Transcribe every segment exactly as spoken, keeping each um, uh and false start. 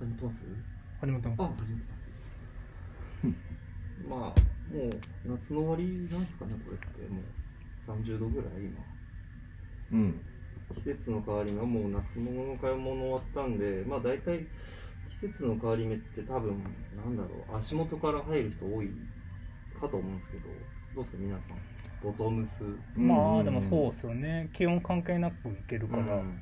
始まってます？ 始まってます。 あ、始まってますまあもう夏の終わりなんですかね、これってもうさんじゅうどぐらい今。 うん。 季節の変わり目はもう夏物の買い物終わったんで、まあ大体季節の変わり目って多分なんだろう、足元から入る人多いかと思うんですけど、どうですか皆さん。ボトムス。 まあでもそうですよね。気温関係なくいけるから。 うんうん、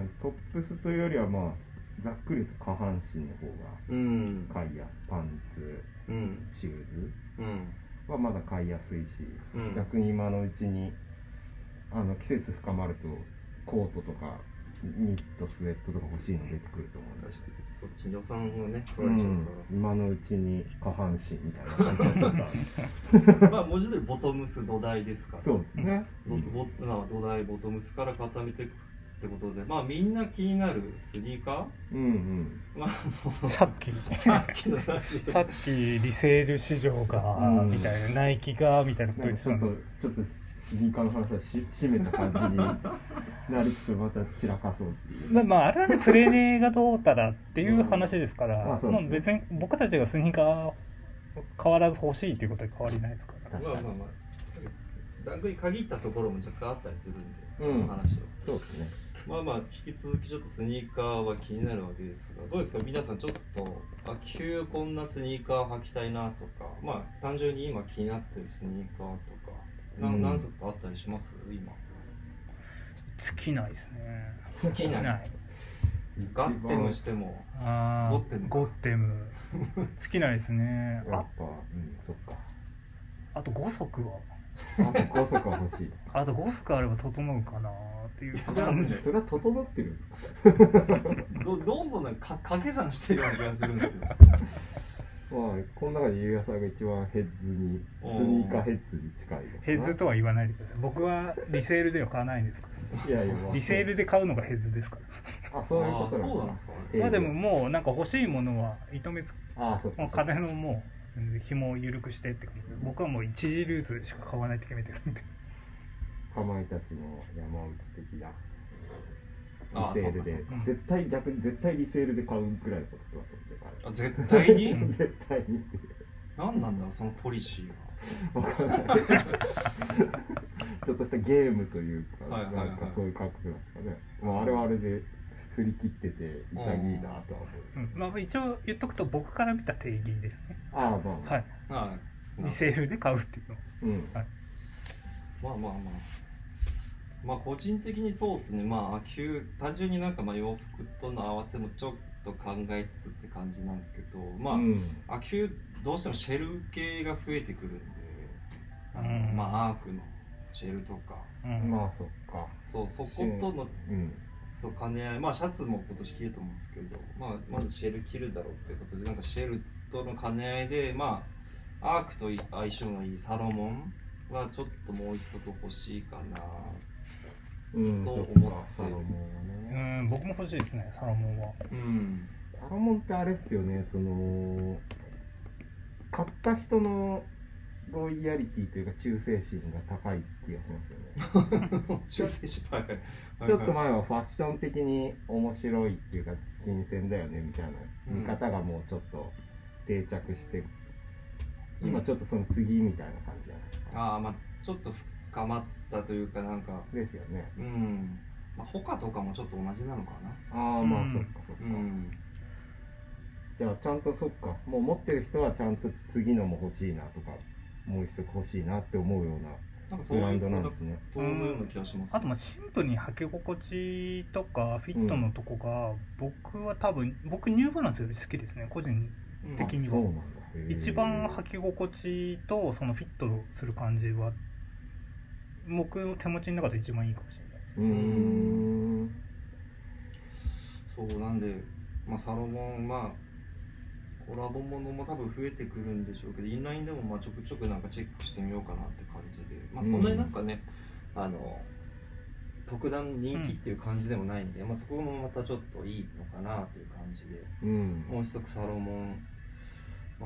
トップスというよりはまあざっくりと下半身の方がうん買いやす、パンツ、 うん、 シューズうんはまだ買いやすいし、 うん、 逆に今のうちにあの季節深まるとコートとかニット、スウェットとか欲しいの出てくると思うんだし、 そっちに予算をね取うられちゃうかん、今のうちに下半身みたいな感じになっちゃっら、まあ文字通りボトムス土台ですから、 た。そうですね。 ボボまあ、土台ボトムスから固めていくってことで、まあみんな気になるスニーカー、 うんうん。 まあ、 さっきさっきの話さっきリセール市場が、 うん、 みたいな、ナイキがみたいなことなん言ってたかちょっとの。 ちょっとスニーカーの話はし締めた感じになりつつまた散らかそうっていう。 まあ、まあ、あれはねプレネがどうたらっていう話ですから、 うんまあそうですねまあ、別に僕たちがスニーカー変わらず欲しいということで変わりないですから。 まあまあまあ段階に限ったところも若干あったりするんで、 うんこの話をそうですね。 まあまあ引き続きちょっとスニーカーは気になるわけですが、どうですか皆さん、ちょっとあ急こんなスニーカー履きたいなとか、まあ単純に今気になってるスニーカーとかな、 うん何足かあったりします今？ 尽きないですね。 尽きないないガッテムしてもあゴッテムゴッテム尽きないですね。あやっぱ、うん、そっか。 あとご足はあとご足は欲しい。 あとご足あれば整うかなっていう感じ。 それは整ってるんですか？ どどんどんなんか掛け算してるような気がするんですけどまあ、この中でゆうやさんが一番ヘッズに、スニーカーヘッズに近いのかな。 ヘッズとは言わないでください。僕はリセールでは買わないんですから。 いやいや、まあ、 リセールで買うのがヘッズですかあ、そういうこあとそうなんですか。 ら。まあでももうなんか欲しいものは糸目つあ、そうもう金のもう全然紐を緩くしてって感じで、僕はもう一次ルーツでしか買わないって決めてるんで。 かまいたちの山内的なあリセールでそうかそうか絶対逆に絶対リセールで買うぐらいのこと言ってますんで、 あ絶対にうん絶対にっていう何なんだろうそのポリシーは。 わかんないちょっとしたゲームというか、 はいはいはいなんかそういう感覚なんですかね。まあ、あれはあれで振り切ってて潔いなとは思う。 うん、まあ一応言っとくと僕から見た定義ですね。 ああ、まあまあ、 はい。 はいリセールで買うっていうの。 うん、 はい。 まあまあまあまあ個人的にそうですね。まあ秋単純になんかまあ洋服との合わせもちょっと考えつつって感じなんですけど、まあ、 うん、 秋どうしてもシェル系が増えてくるんで、あのうんまあアークのシェルとか、 うん、 まあそっか。 そうそことのうん、 そう兼ね合い、まあシャツも今年着ると思うんですけど、まあまずシェル着るだろうってことで、なんかシェルとの兼ね合いで、まあアークと相性のいいサロモンはちょっともう一足欲しいかな。 うん、 と思ってそっかサロモンはうね。 ん、僕も欲しいですね、サロモンは。 うん。 サロモンってあれっすよね、その買った人のロイヤリティというか忠誠心が高い気がしますよね。 忠誠心はいはいはいはいちょっと前はファッション的に面白いっていうか新鮮だよねみたいな見方がもうちょっと定着して、 うん、 今ちょっとその次みたいな感じじゃないですか。 ああまあちょっと深まったというかなんかですよね。 うん。まあ他とかもちょっと同じなのかな。 ああまあ、 うんそっかそっか。 うん。 じゃあちゃんとそっか、もう持ってる人はちゃんと次のも欲しいなとかもう一足欲しいなって思うようななんかそういうブランドなんですね。 プロダクトのような気がします、ね。 あとまあシンプルに履き心地とかフィットのとこが、僕は多分僕ニューバランスより好きですね、個人的には。 そうなんだ。へー一番履き心地とそのフィットする感じは僕の手持ちの中で一番いいかもしれないです。 うーん。 そうなんで、まあ、サロモンまあコラボものも多分増えてくるんでしょうけど、インラインでもまあちょくちょくなんかチェックしてみようかなって感じで、まあそんなになんかね、うん、あの特段人気っていう感じでもないんで、うん、まあそこもまたちょっといいのかなという感じで、 うん、 もう一足サロモン、まあ、あ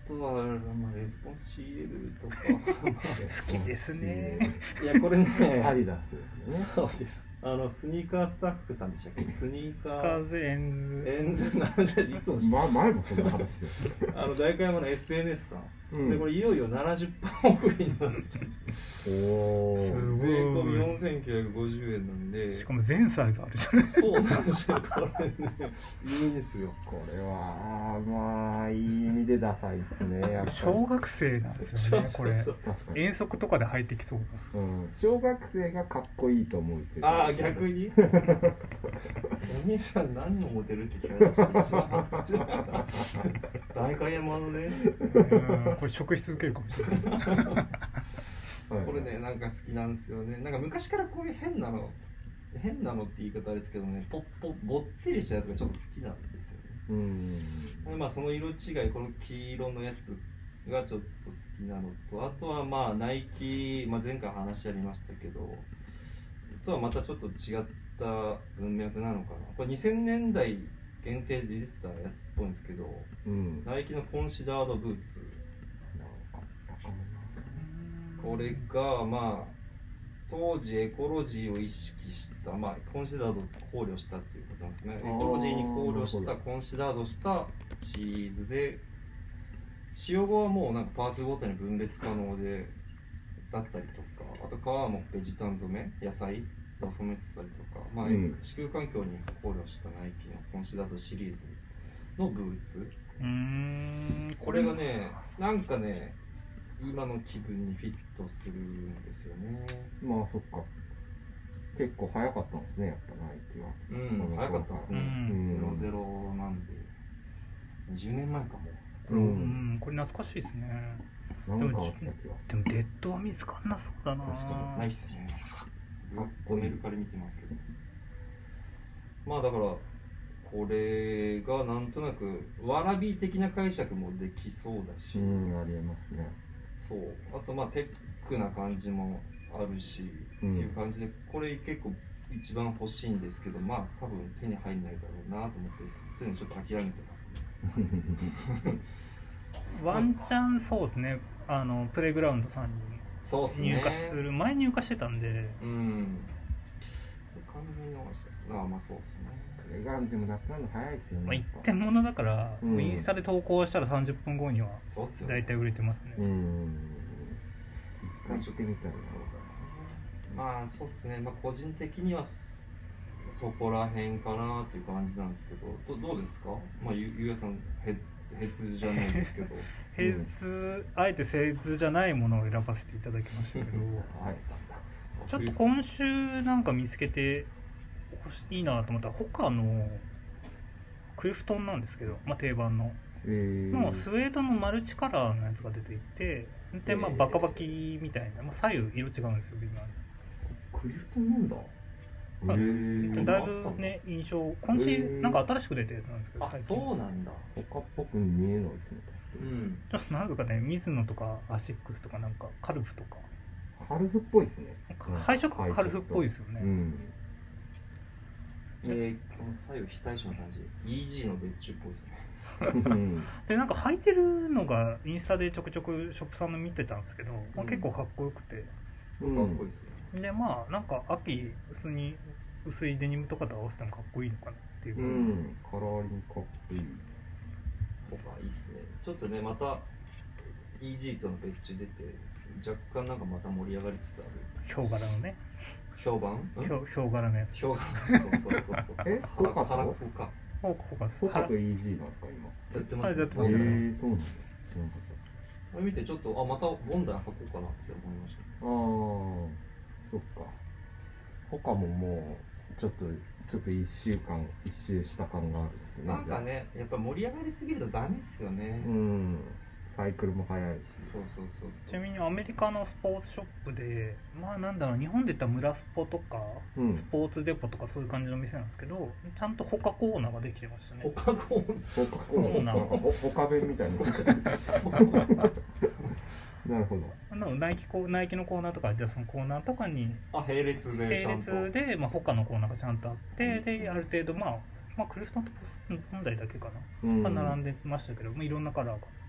とは、まあ、レスポンス シーエル とか好きですね。 いやこれねアディダスですよね。 そうです。あのスニーカースタッフさんでしたっけ？スニーカスカーーズエンズエンズなんじゃいつも知ってま、前もそんな話ですあの代官山の エスエヌエス さん、 うんでこれいよいよ ななじゅっパーセント オフになってておすごい税込みよんせんきゅうひゃくごじゅうえんなんで、 しかも全サイズあるじゃないですか。 そうなんですよ。これねいいんですよ。 これはまあいい意味でダサいですね。やっぱり小学生なんですよねこれ。 そう確かに、 遠足とかで履いてきそうです。 うん、小学生がかっこいいと思うっていう。 ああ逆にお兄さん何のモデルって聞かれたら一番恥ずかしいな。代官山のねうんこれ職質受けるかもしれない。 はいこれねなんか好きなんですよね。なんか昔からこういう変なの変なのって言い方あれですけどね、ポッポぼってりしたやつがちょっと好きなんですよね。 うんでまあその色違い、この黄色のやつがちょっと好きなのと、あとはまあナイキ、まあ、前回話ありましたけどとはまたちょっと違った文脈なのかな。これにせんねんだい限定で出てたやつっぽいんですけど、 うんナイキのコンシダードブーツ、 なんかあったかもこれがまあ当時エコロジーを意識した、まあ、コンシダードを考慮したっていうことなんですね。エコロジーに考慮したコンシダードしたシリーズで、使用後はもうなんかパーツごとに分別可能でだったりとか、あと皮はもうベジタン染め、野菜を染めてたりとか、まあうん地球環境に考慮したナイキのコンシダードシリーズのブーツ、 うーんこれがねなんかね今の気分にフィットするんですよね。 な。まあそっか、結構早かったんですね、やっぱナイキは。 うん、早かったですね。 うんゼロゼロなんでにじゅうねんまえかも。 ううんんこれ懐かしいですね。 なんかあった気がする。 でもデッドは見つかんなそうだな。 ないっすね。ずっとメルカリ見てますけど。まあだからこれがなんとなくわらび的な解釈もできそうだし、 うん、ありえますね。 そう。あとまあテックな感じもあるし、 うんっていう感じで、これ結構一番欲しいんですけど、まあ多分手に入んないだろうなと思ってすでにちょっと諦めてますね。 ワンチャンそうですね。あのプレイグラウンドさんそうっすね。 に入荷する前に入荷してたんで。 うん。それ完全に逃した。ああまあそうっすね。 プレイグラウンドでもなくなるの早いですよね。 まあ、 やっぱ一点物だから、 うんインスタで投稿したらさんじゅっぷんごにはそうっすよね。 大体売れてますね。 うん。一回行ってみたいな。 そうだね。まあそうっすね。まあ個人的にはそそこら辺かなっていう感じなんですけど、どどうですか？まあゆゆうやさんヘヘッズじゃないですけど。 ヘッズ、あえてセッズじゃないものを選ばせていただきましたけどはい。 ちょっと今週なんか見つけて欲しいいなと思ったら他のクリフトンなんですけど、まあ、定番のえー、 のスウェードのマルチカラーのやつが出ていて、で、まあ、バカバキみたいな、まあ、左右色違うんですよ微妙に。 クリフトンなんだ。 まあへーだいぶね印象今週なんか新しく出たやつなんですけど、 あ最近そうなんだ。 他っぽく見えないですね。 うん。 ちょっとなんとかねミズノとかアシックスとかなんかカルフとかカルフっぽいですね。 配色カルフっぽいですよね。 うん。 えー、この左右非対称な感じ。イージー の別注っぽいですね。 うんでなんか履いてるのがインスタでちょくちょくショップさんの見てたんですけど、まあ、結構かっこよくて、 うかっんこいいですね。 でまあなんか秋薄に薄いデニムとかと合わせてもかっこいいのかなっていう、 うん。カラーリングかっこいい。 ほかいいっすね。ちょっとねまた イージー との別注出て若干なんかまた盛り上がりつつある。 ヒョウ柄のね評判？ ヒョウヒョウ柄のやつ。 評判。そうそうそうそう。 え腹ホカと腹こか。 ほうほうかホカと イージー なんですか今。 やってますはいやってえますよねー、そうなんだ。知らなかっこれ見てちょっとあまたボンダー履こうかなって思いました。 た。ああ、そっか。ホカももうちょっとちょっと一週間一周した感があるんですね。 なんかねやっぱ盛り上がりすぎるとダメっすよね。 うん。サイクルも速いし。 そうそうそうそう。 ちなみにアメリカのスポーツショップでまあなんだろう日本で言ったら村スポとかうんス。ポーツデポとかそういう感じの店なんですけどちゃんと他コーナーができてましたね。 他コーホカコーナー。なんかホホカ弁みたいな。なるほど。 なのナイキコナイキのコーナーとかじゃあそのコーナーとかにあ並列でちゃん並と。 列で、まあ、他のコーナーがちゃんとあっていいですねである程度まあ、まあ、クリフトンとポス本体だけかな、 うん。 が並んでましたけど、まあ、いろんなカラーが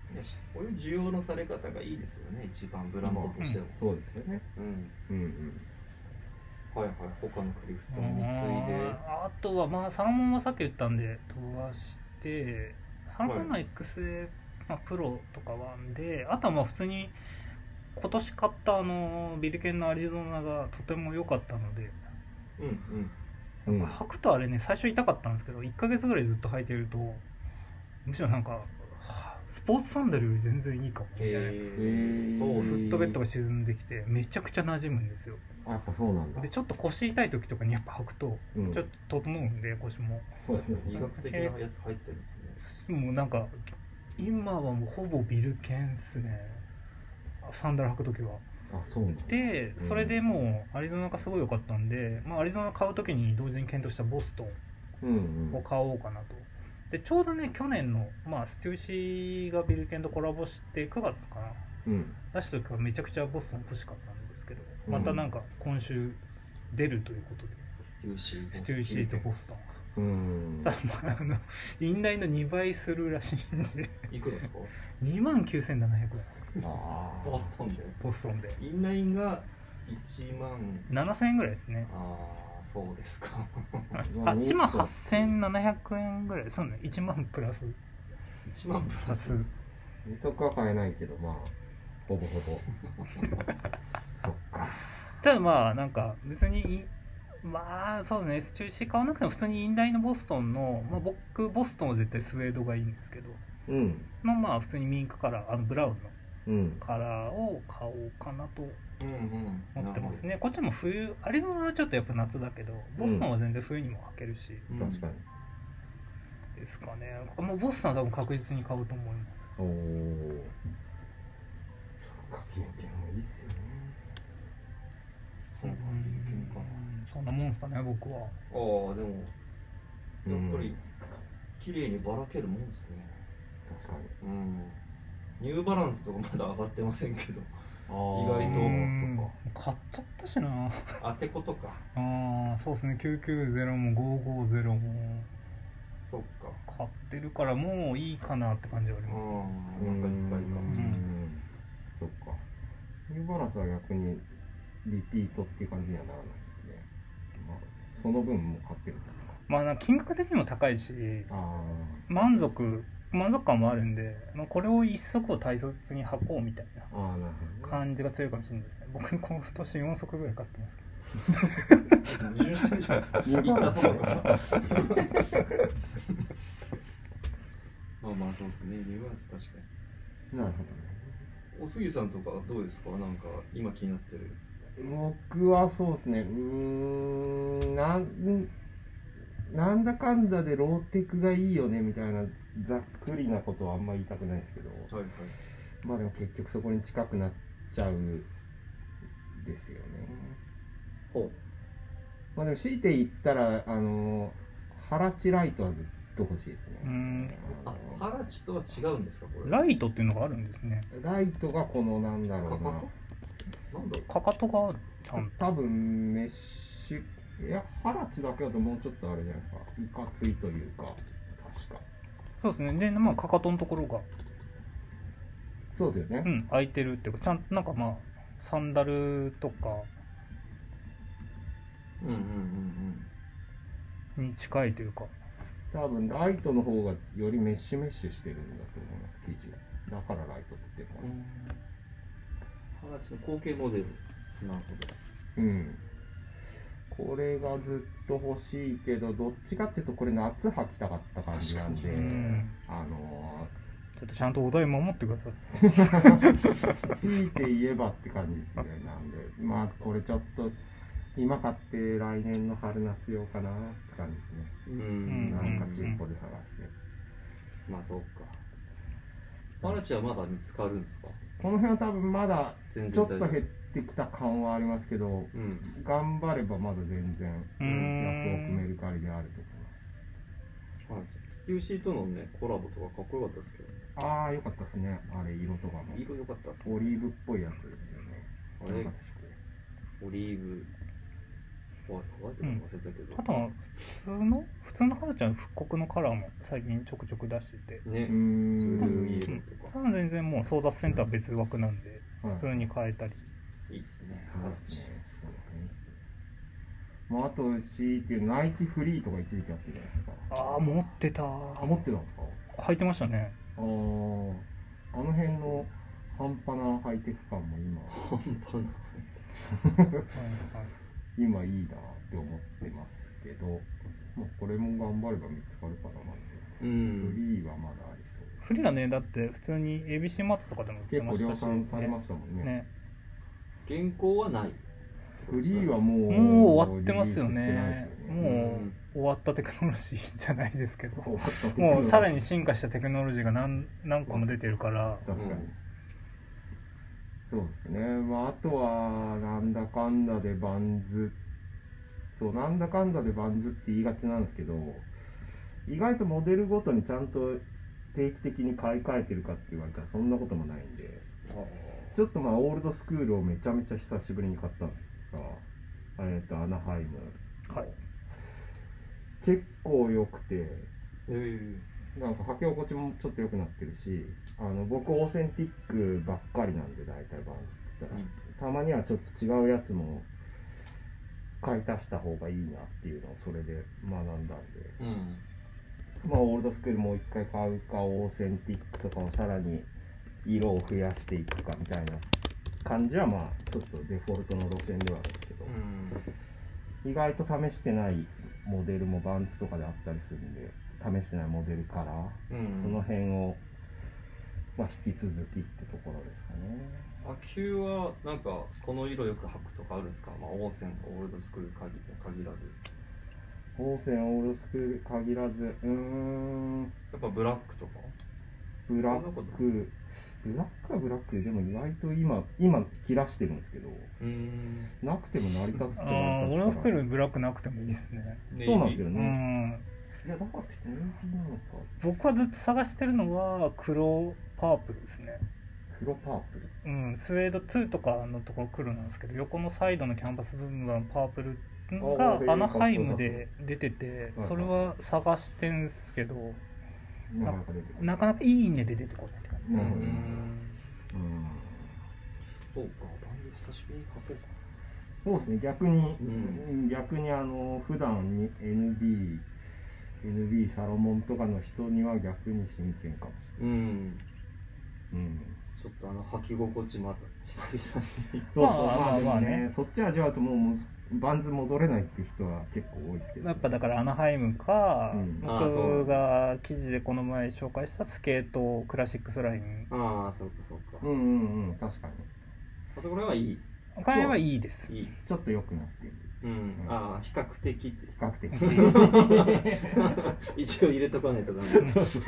いやこういう需要のされ方がいいですよね、一番ブランドとしても、 そうですよね。 うんうんうんはいはい、他のクリフトンに次いで、 あとはまあサロモンはさっき言ったんで飛ばしてサロモンの エックスエー、まあ、プロとかはんで、あとはまあ普通に今年買ったあのビルケンのアリゾナがとても良かったので、 うんうんやっぱ履くとあれね最初痛かったんですけどいっかげつぐらいずっと履いてるとむしろなんか、はあ、スポーツサンダルより全然いいかもみたいな、 えー、そうフットベッドが沈んできてめちゃくちゃ馴染むんですよ。 あ、やっぱそうなんだ。 でちょっと腰痛い時とかにやっぱ履くとうんちょっと整うんで腰もそうですね。 医学的なやつ入ってるんですね。 もうなんか今はもうほぼビルケンっすね、サンダル履く時は。 あ、そうなんだ。 でそれでもうアリゾナがすごい良かったんで、まあ、アリゾナ買う時に同時に検討したボストうんうん。 ンを買おうかなと。でちょうどね去年の、まあ、ステューシーがビルケンとコラボしてくがつかなうん。 出した時はめちゃくちゃボストン欲しかったんですけど、 うんまたなんか今週出るということで、 ステューシーステューシーとボストンうん。 ただまああのインラインのにばいするらしいんでいくらですか？ にまんきゅうせんななひゃくえんああ。 ボストンでボストンでインラインがいちまん、 ななせんえんぐらいですね。 ああそうですかあいちまんはっせんななひゃくえんぐらいそうね、いちまんプラスいちまんプラス。 利息は買えないけど、まあほぼほぼそっか。 ただまあなんか別にまあそうですね、スチューシー買わなくても普通にインラインのボストンの、まあ、僕ボストンは絶対スウェードがいいんですけどうんのまあ普通にミンクカラー、あのブラウンのうんカラーを買おうかなとうんうん思ってますね。こっちも冬、アリゾナはちょっとやっぱ夏だけどボストンは全然冬にも履けるし、 うん確かに。 ですかね。もうボストンは多分確実に買うと思います。 おお。そっか、経験もいいっすよね。 そうなんだ、有権かうんそんなもんですかね僕は。 な。ああでもやっぱり綺麗にばらけるもんですね。 確かに。 うんニューバランスとかまだ上がってませんけどあ意外とうんそっか。 買っちゃったしな。 当てことか。 ああそうですね、きゅうきゅうゼロもごーごーゼロもそっか。 買ってるからもういいかなって感じはありああますね。 なんかいっぱいか。 うんそっか。ニューバランスは逆にリピートっていう感じにはならないですね。まあ、その分も買ってるんだかまあなんか金額的にも高いしら。あ満足満足感もあるんで、まあ、これを一足を大切に履こうみたいなあ。ああ、なるほどね。 感じが強いかもしれないですね。僕今年よん足ぐらい買ってますけど。 矛盾してるじゃないですか。言ったそばから。まあまあそうですね。ニューバランス確かに。 なるほどね。 お杉さんとかどうですか？なんか今気になってる。 僕はそうですね、うーん、なんなんだかんだでローテクがいいよねみたいなざっくりなことはあんまり言いたくないですけど、 はいはい。 まあでも結局そこに近くなっちゃうですよね。 ほう。 まあでも強いて言ったら、あの、ハラチライトはずっと欲しいですね。 うーんあ、ハラチとは違うんですかこれ？ ライトっていうのがあるんですね。 ライトがこのなんだろうな、 かかと？なんだろう。 かかとがあるちゃんと。 多分メッシュ、いや、ハラチだけだともうちょっとあれじゃないですか、いかついというか、確か。 そうですね。でまあかかとのところがそうですよね。 うん開いてるっていうかちゃんとなんかまあサンダルとかうんうんうんに近いというか。 多分ライトの方がよりメッシュメッシュしてるんだと思います、生地が。だからライトって言ってるのうん。 かハラチの後継モデル。なるほど。 な。うん。これがずっと欲しいけど、どっちかっていうとこれ夏履きたかった感じなんで、 うんあのちょっとちゃんとお題守ってください。 ー、強いて言えばって感じですね。なんで、まあこれちょっと今買って来年の春夏用かなって感じですね。 ううんん。 なんかチンポで探して。 まあそうか。ハラチはまだ見つかるんですか？ この辺は多分まだ全然ちょっと減ってきた感はありますけど、 うん。 頑張ればまだ全然うーんヤフオクメルカリであると思います。 はい。ステューシーとのねコラボとかかっこよかったですけどね。 ああ、よかったですね。あれ、色とかも。 色良かったっすね。 オリーブっぽいやつですよね。 あれなんかオリーブ。 ホワイトホワイトか忘れたけど、 あとは普通の普通のはるちゃん復刻のカラーも最近ちょくちょく出してて、 ね、 うーんブルーイエローとかそれは全然もう争奪戦とは別枠なんではい普通に変えたり、 いいっすね。 そうですね。そうですね。まあ、あと、C っていうナイキフリーとか一時期あったじゃないですか。 ああ持ってた、 あ、持ってたんですか？ 履いてましたね。 ああ、あの辺の半端なハイテク感も今、 半端なはいはい今いいなって思ってますけど、まあ、これも頑張れば見つかるかななんて。 うフん。 リーはまだありそう。 フリーはねだって普通に エービーシー マートとかでも売って結構量ましたし、 産されましたもんね。 ね原稿はない。 フリーはもう、 もう終わってますよリリースしてないねですよね。 もう終わったテクノロジーじゃないですけど終わったテクノロジーもうさらに進化したテクノロジーが何何個も出てるから確かに、 うんそうですね。まあ、あとはなんだかんだでバンズ、そうなんだかんだでバンズって言いがちなんですけど、意外とモデルごとにちゃんと定期的に買い替えてるかって言われたらそんなこともないんで、ちょっとまあオールドスクールをめちゃめちゃ久しぶりに買ったんですが、えっとアナハイム、 はい結構良くて、 えなんか履き心地もちょっと良くなってるし、あの僕オーセンティックばっかりなんで大体バンズって言ったら、たまにはちょっと違うやつも買い足した方がいいなっていうのをそれで学んだんで、 えうん。 まあオールドスクールもう一回買うか、オーセンティックとかをさらに色を増やしていくかみたいな感じはまあちょっとデフォルトの路線ではあるんですけど、 うん。 意外と試してないモデルもバンズとかであったりするんで、試してないモデルカラー、 うん、 その辺を、まあ、引き続きってところですかね。 秋球はなんかこの色よく履くとかあるんですか？まあオーセン、オールドスクール限限らず。 オーセン、オールドスクール限らず、うーん、 やっぱブラックとか。 ブラッそんなことク、ブラックはブラックで、でも意外と今、今切らしてるんですけど、 うーん。 なくても成り立つってああ俺のスクールル。 ブラックなくてもいいですね。 そうなんですようね。 んいや、だからってネイビーなのか。 僕はずっと探してるのは黒パープルですね。 黒パープル。 うん、スウェードツーとかのところ黒なんですけど、横のサイドのキャンバス部分はパープルあーがアナハイムで出てて、 はいそれは探してんすけど、 なかなか出てこない。 なかなかいいねで出てこないって感じですね。 なるほど。 うん。 うんそうか、バンド久しぶりに履こうか。 そうですね、逆に、 うん逆にあの普段に エヌビー、エヌビー サロモンとかの人には逆に新鮮かもしうん。 れない。うん、 ちょっとあの履き心地また久々に。 そうそう、 まあまあでもまあね、 ねそっち味わうともうもうバンズ戻れないって人は結構多いですけど、 やっぱだからアナハイムか、 うんあーそう僕が記事でこの前紹介したスケートクラシックスライン、 ああ、そうかそうか。 うんうんうん、確かにあそこらはいい。 お金はいいです。 いい。 ちょっと良くなってる、 うん。ああ、比較的って。 比較的一応入れとかないとダメ。 そうそう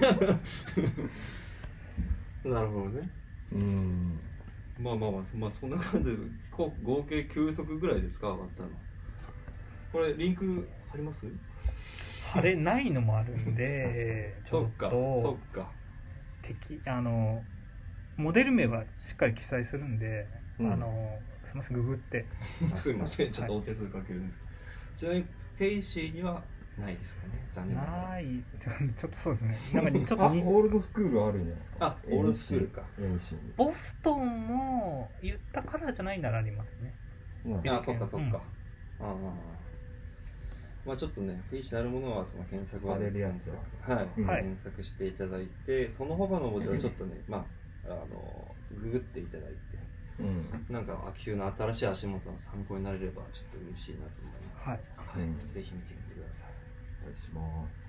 なるほどね。 うんまあまあまあ、まあ、そんな感じでこう合計きゅう足ぐらいですか、上がったの。これリンク貼ります？ 貼れないのもあるんでちょっそっか、そとっか。 敵あのモデル名はしっかり記載するんで、 うんあのすみませんググってすいません、ちょっとお手数かけるんですけど、ちなみにフェイシーにはないですかね、残念ながら。 ないちょっとそうですねなんかちょっとあ、 にオールドスクールあるんじゃないですか。 あオールドスクールか。 エヌシーにボストンも言ったカラーじゃないならありますね。 うんあ、そっかそっか。 うんああ。まあちょっとね、フェイシーにあるものはその検索は貼れるやつ検は索、はい、 うんはい検索していただいて、その他のモデルはちょっとね、まああのググっていただいて、 うんなんか秋冬の新しい足元の参考になれればちょっと嬉しいなと思います。 はいはい、 うんぜひ見てみてください。 お願いします。